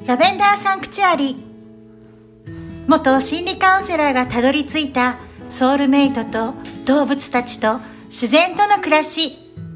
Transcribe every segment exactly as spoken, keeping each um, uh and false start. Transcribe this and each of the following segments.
ラベンダーサンクチュアリ。元心理カウンセラーがたどり着いたソウルメイトと動物たちと自然との暮らし。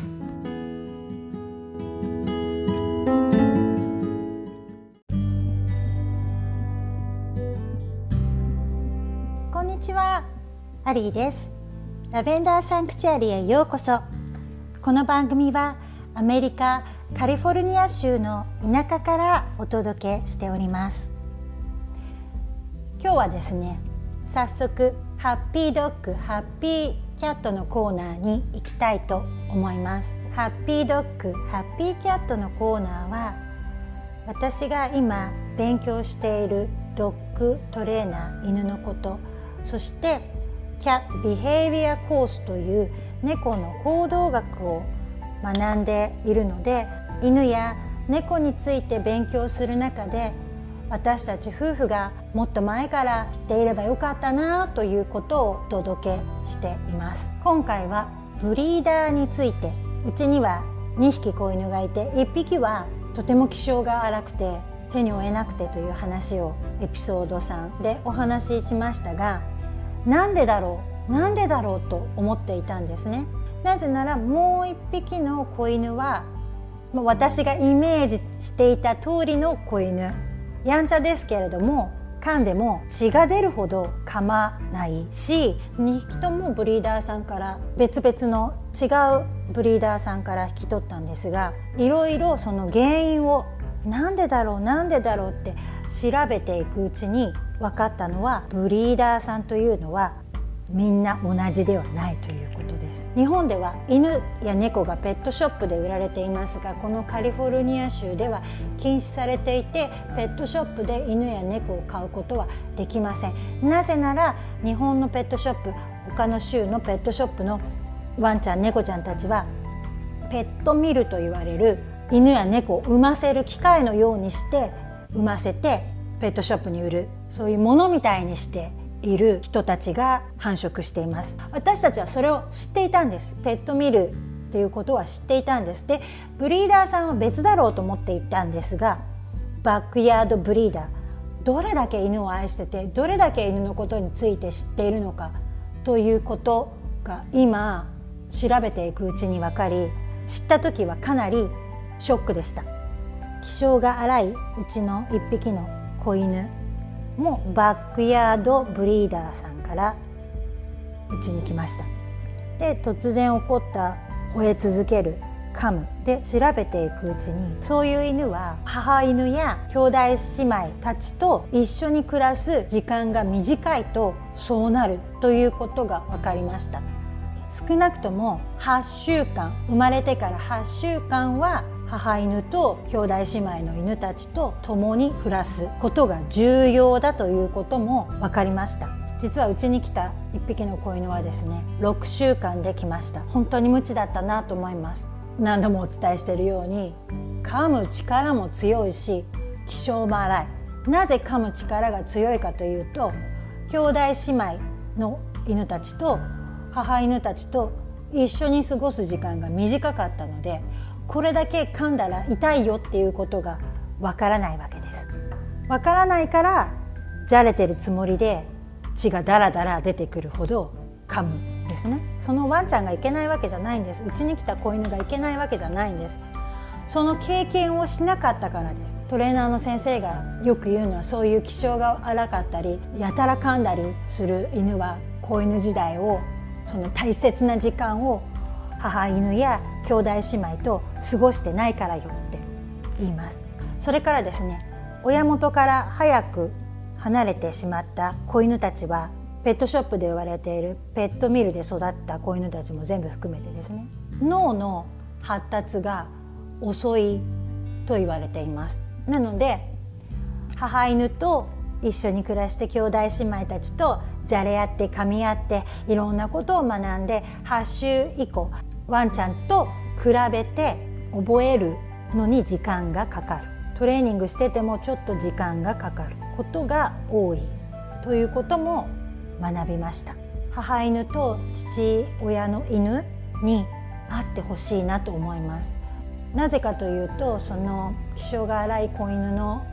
こんにちは、アリーです。ラベンダーサンクチュアリへようこそ。この番組はアメリカカリフォルニア州の田舎からお届けしております。今日はですね、早速ハッピードッグ、ハッピーキャットのコーナーに行きたいと思います。ハッピードッグ、ハッピーキャットのコーナーは、私が今勉強しているドッグトレーナー、犬のこと、そしてキャットビヘイビアコースという猫の行動学を学んでいるので、犬や猫について勉強する中で、私たち夫婦がもっと前から知っていればよかったなということをお届けしています。今回はブリーダーについて。うちにはにひき子犬がいて、いっぴきはとても気性が荒くて手に負えなくてという話をエピソードさんでお話ししましたが、なんでだろうなんでだろうと思っていたんですね。なぜならもういっぴきの子犬は私がイメージしていた通りの子犬、やんちゃですけれども、噛んでも血が出るほど噛まないし、にひきともブリーダーさんから別々の違うブリーダーさんから引き取ったんですが、いろいろその原因をなんでだろうなんでだろうって調べていくうちに分かったのは、ブリーダーさんというのはみんな同じではないということです。日本では犬や猫がペットショップで売られていますが、このカリフォルニア州では禁止されていて、ペットショップで犬や猫を買うことはできません。なぜなら日本のペットショップ、他の州のペットショップのワンちゃん猫ちゃんたちはペットミルと言われる犬や猫を産ませる機械のようにして産ませてペットショップに売る、そういうものみたいにしている人たちが繁殖しています。私たちはそれを知っていたんです。ペットミルっていうことは知っていたんです。で、ブリーダーさんは別だろうと思っていたんですが、バックヤードブリーダー、どれだけ犬を愛してて、どれだけ犬のことについて知っているのかということが今調べていくうちに分かり、知った時はかなりショックでした。気性が荒いうちの一匹の子犬もバックヤードブリーダーさんからうちに来ました。で、突然起こった吠え続ける噛むで調べていくうちに、そういう犬は母犬や兄弟姉妹たちと一緒に暮らす時間が短いとそうなるということが分かりました。少なくともはっしゅうかん、生まれてからはっしゅうかんは母犬と兄弟姉妹の犬たちと共に暮らすことが重要だということも分かりました。実はうちに来たいっぴきの子犬はですね、ろくしゅうかんで来ました。本当に無知だったなと思います。何度もお伝えしているように、噛む力も強いし気性も荒い。なぜ噛む力が強いかというと、兄弟姉妹の犬たちと母犬たちと一緒に過ごす時間が短かったので、これだけ噛んだら痛いよっていうことがわからないわけです。わからないからじゃれてるつもりで血がダラダラ出てくるほど噛むんですね。そのワンちゃんがいけないわけじゃないんです。うちに来た子犬がいけないわけじゃないんです。その経験をしなかったからです。トレーナーの先生がよく言うのは、そういう気性が荒かったりやたら噛んだりする犬は子犬時代を、その大切な時間を母犬や兄弟姉妹と過ごしてないからよって言います。それからですね、親元から早く離れてしまった子犬たちは、ペットショップで売られているペットミルで育った子犬たちも全部含めてですね、脳の発達が遅いと言われています。なので母犬と一緒に暮らして兄弟姉妹たちとじゃれ合って噛み合っていろんなことを学んで、はっしゅう以降ワンちゃんと比べて覚えるのに時間がかかる。トレーニングしててもちょっと時間がかかることが多いということも学びました。母犬と父親の犬に会ってほしいなと思います。なぜかというと、その気性が荒い子犬の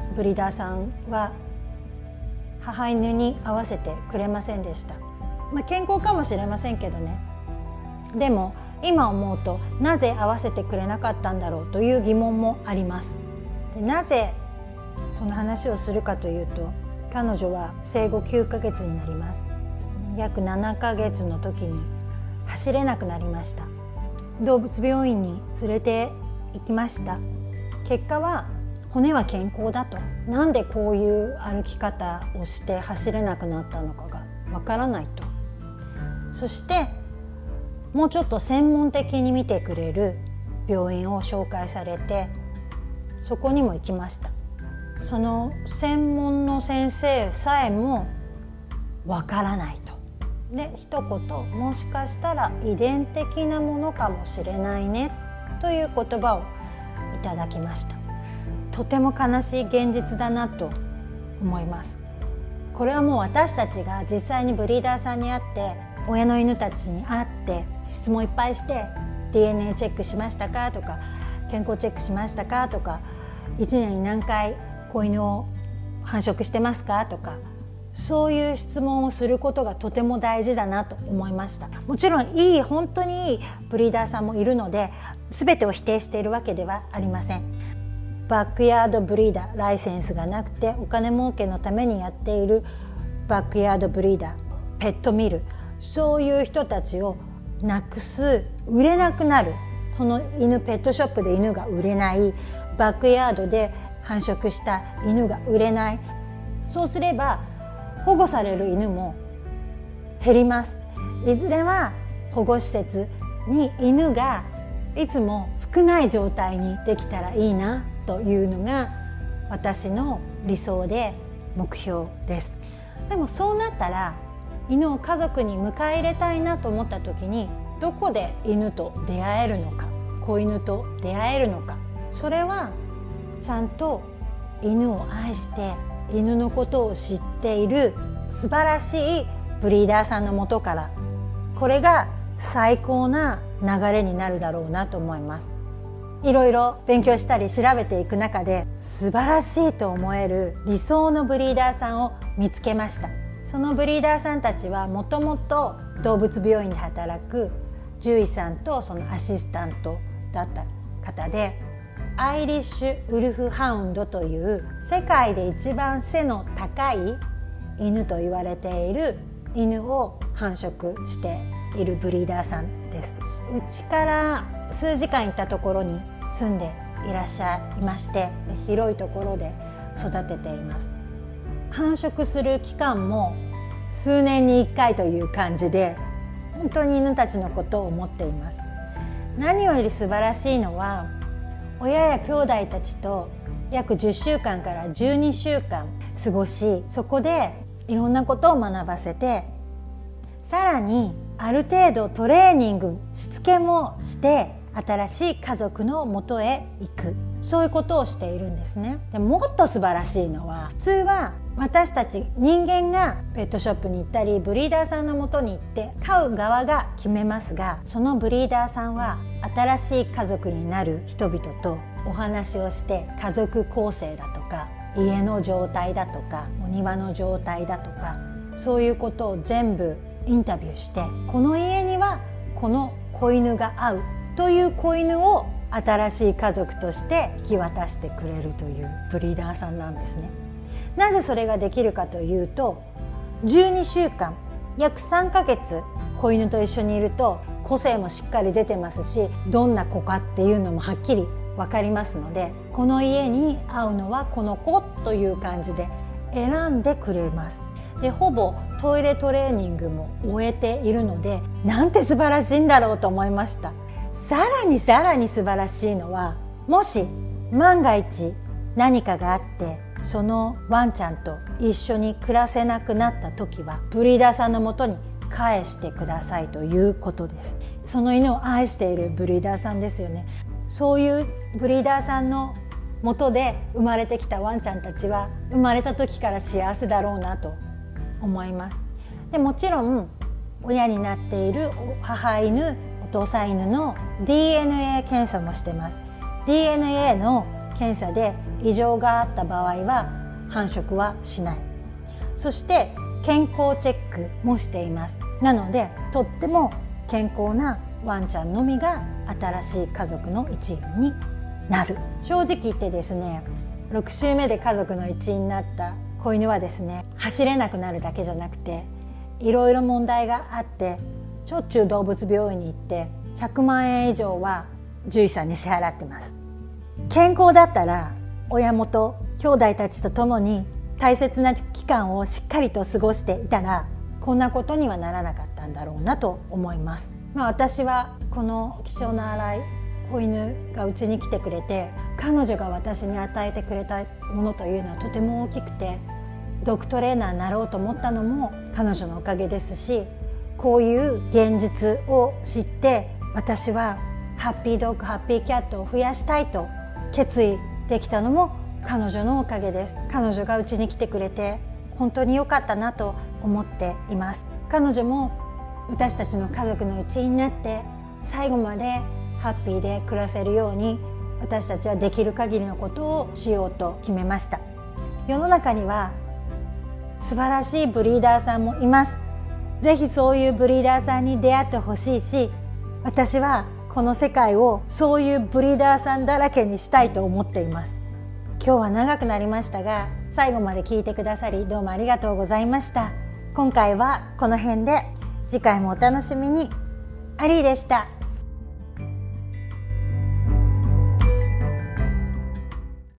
ブリーダーさんは母犬に合わせてくれませんでした。まあ、健康かもしれませんけどね。でも今思うとなぜ合わせてくれなかったんだろうという疑問もあります。でなぜその話をするかというと、彼女は生後きゅうかげつになります。約ななかげつの時に走れなくなりました。動物病院に連れて行きました。結果は骨は健康だと。なんでこういう歩き方をして走れなくなったのかがわからないと。そしてもうちょっと専門的に見てくれる病院を紹介されて、そこにも行きました。その専門の先生さえもわからないと。で一言、もしかしたら遺伝的なものかもしれないねという言葉をいただきました。とても悲しい現実だなと思います。これはもう私たちが実際にブリーダーさんに会って、親の犬たちに会って質問いっぱいして、 ディーエヌエー チェックしましたかとか、健康チェックしましたかとか、いちねんに何回子犬を繁殖してますかとか、そういう質問をすることがとても大事だなと思いました。もちろんいい、本当にいいブリーダーさんもいるので、全てを否定しているわけではありません。バックヤードブリーダー、ライセンスがなくてお金儲けのためにやっているバックヤードブリーダー、ペットミル、そういう人たちをなくす、売れなくなる、その犬、ペットショップで犬が売れない、バックヤードで繁殖した犬が売れない、そうすれば保護される犬も減ります。いずれは保護施設に犬がいつも少ない状態にできたらいいなというのが私の理想で目標です。でもそうなったら、犬を家族に迎え入れたいなと思った時に、どこで犬と出会えるのか、子犬と出会えるのか、それはちゃんと犬を愛して犬のことを知っている素晴らしいブリーダーさんのもとから、これが最高な流れになるだろうなと思います。いろいろ勉強したり調べていく中で、素晴らしいと思える理想のブリーダーさんを見つけました。そのブリーダーさんたちはもともと動物病院で働く獣医さんとそのアシスタントだった方で、アイリッシュウルフハウンドという世界で一番背の高い犬と言われている犬を繁殖しているブリーダーさんです。うちから数時間行ったところに住んでいらっしゃいまして、広いところで育てています。繁殖する期間も数年にいっかいという感じで、本当に犬たちのことを思っています。何より素晴らしいのは、親や兄弟たちと約じゅっしゅうかんからじゅうにしゅうかん過ごし、そこでいろんなことを学ばせて、さらにある程度トレーニング、しつけもして新しい家族の元へ行く、そういうことをしているんですね。でもっと素晴らしいのは、普通は私たち人間がペットショップに行ったりブリーダーさんの元に行って飼う側が決めますが、そのブリーダーさんは新しい家族になる人々とお話をして、家族構成だとか家の状態だとかお庭の状態だとか、そういうことを全部インタビューして、この家にはこの子犬が合うという子犬を新しい家族として引き渡してくれるというブリーダーさんなんですね。なぜそれができるかというと、じゅうにしゅうかん、約さんかげつ子犬と一緒にいると個性もしっかり出てますし、どんな子かっていうのもはっきり分かりますので、この家に合うのはこの子という感じで選んでくれます。でほぼトイレトレーニングも終えているので、なんて素晴らしいんだろうと思いました。さらにさらに素晴らしいのは、もし万が一何かがあってそのワンちゃんと一緒に暮らせなくなった時は、ブリーダーさんのもとに返してくださいということです。その犬を愛しているブリーダーさんですよね。そういうブリーダーさんの元で生まれてきたワンちゃんたちは、生まれた時から幸せだろうなと思います。でもちろん親になっている母犬、お父さん犬の ディーエヌエー 検査もしてます。 ディーエヌエー の検査で異常があった場合は繁殖はしない。そして健康チェックもしています。なのでとっても健康なワンちゃんのみが新しい家族の一員になる。正直言ってですね、ろく週目で家族の一員になった子犬はですね、走れなくなるだけじゃなくていろいろ問題があって、しょっちゅう動物病院に行ってひゃくまんえん以上は獣医さんに支払ってます。健康だったら親元兄弟たちと共に大切な期間をしっかりと過ごしていたらこんなことにはならなかったんだろうなと思います。まあ、私はこの気性の荒い子犬がうちに来てくれて、彼女が私に与えてくれたものというのはとても大きくて、ドッグトレーナーになろうと思ったのも彼女のおかげですし、こういう現実を知って私はハッピードッグハッピーキャットを増やしたいと決意できたのも彼女のおかげです。彼女がうちに来てくれて本当に良かったなと思っています。彼女も私たちの家族の一員になって最後までハッピーで暮らせるように私たちはできる限りのことをしようと決めました。世の中には素晴らしいブリーダーさんもいます。ぜひそういうブリーダーさんに出会ってほしいし、私はこの世界をそういうブリーダーさんだらけにしたいと思っています。今日は長くなりましたが、最後まで聞いてくださりどうもありがとうございました。今回はこの辺で、次回もお楽しみに。アリーでした。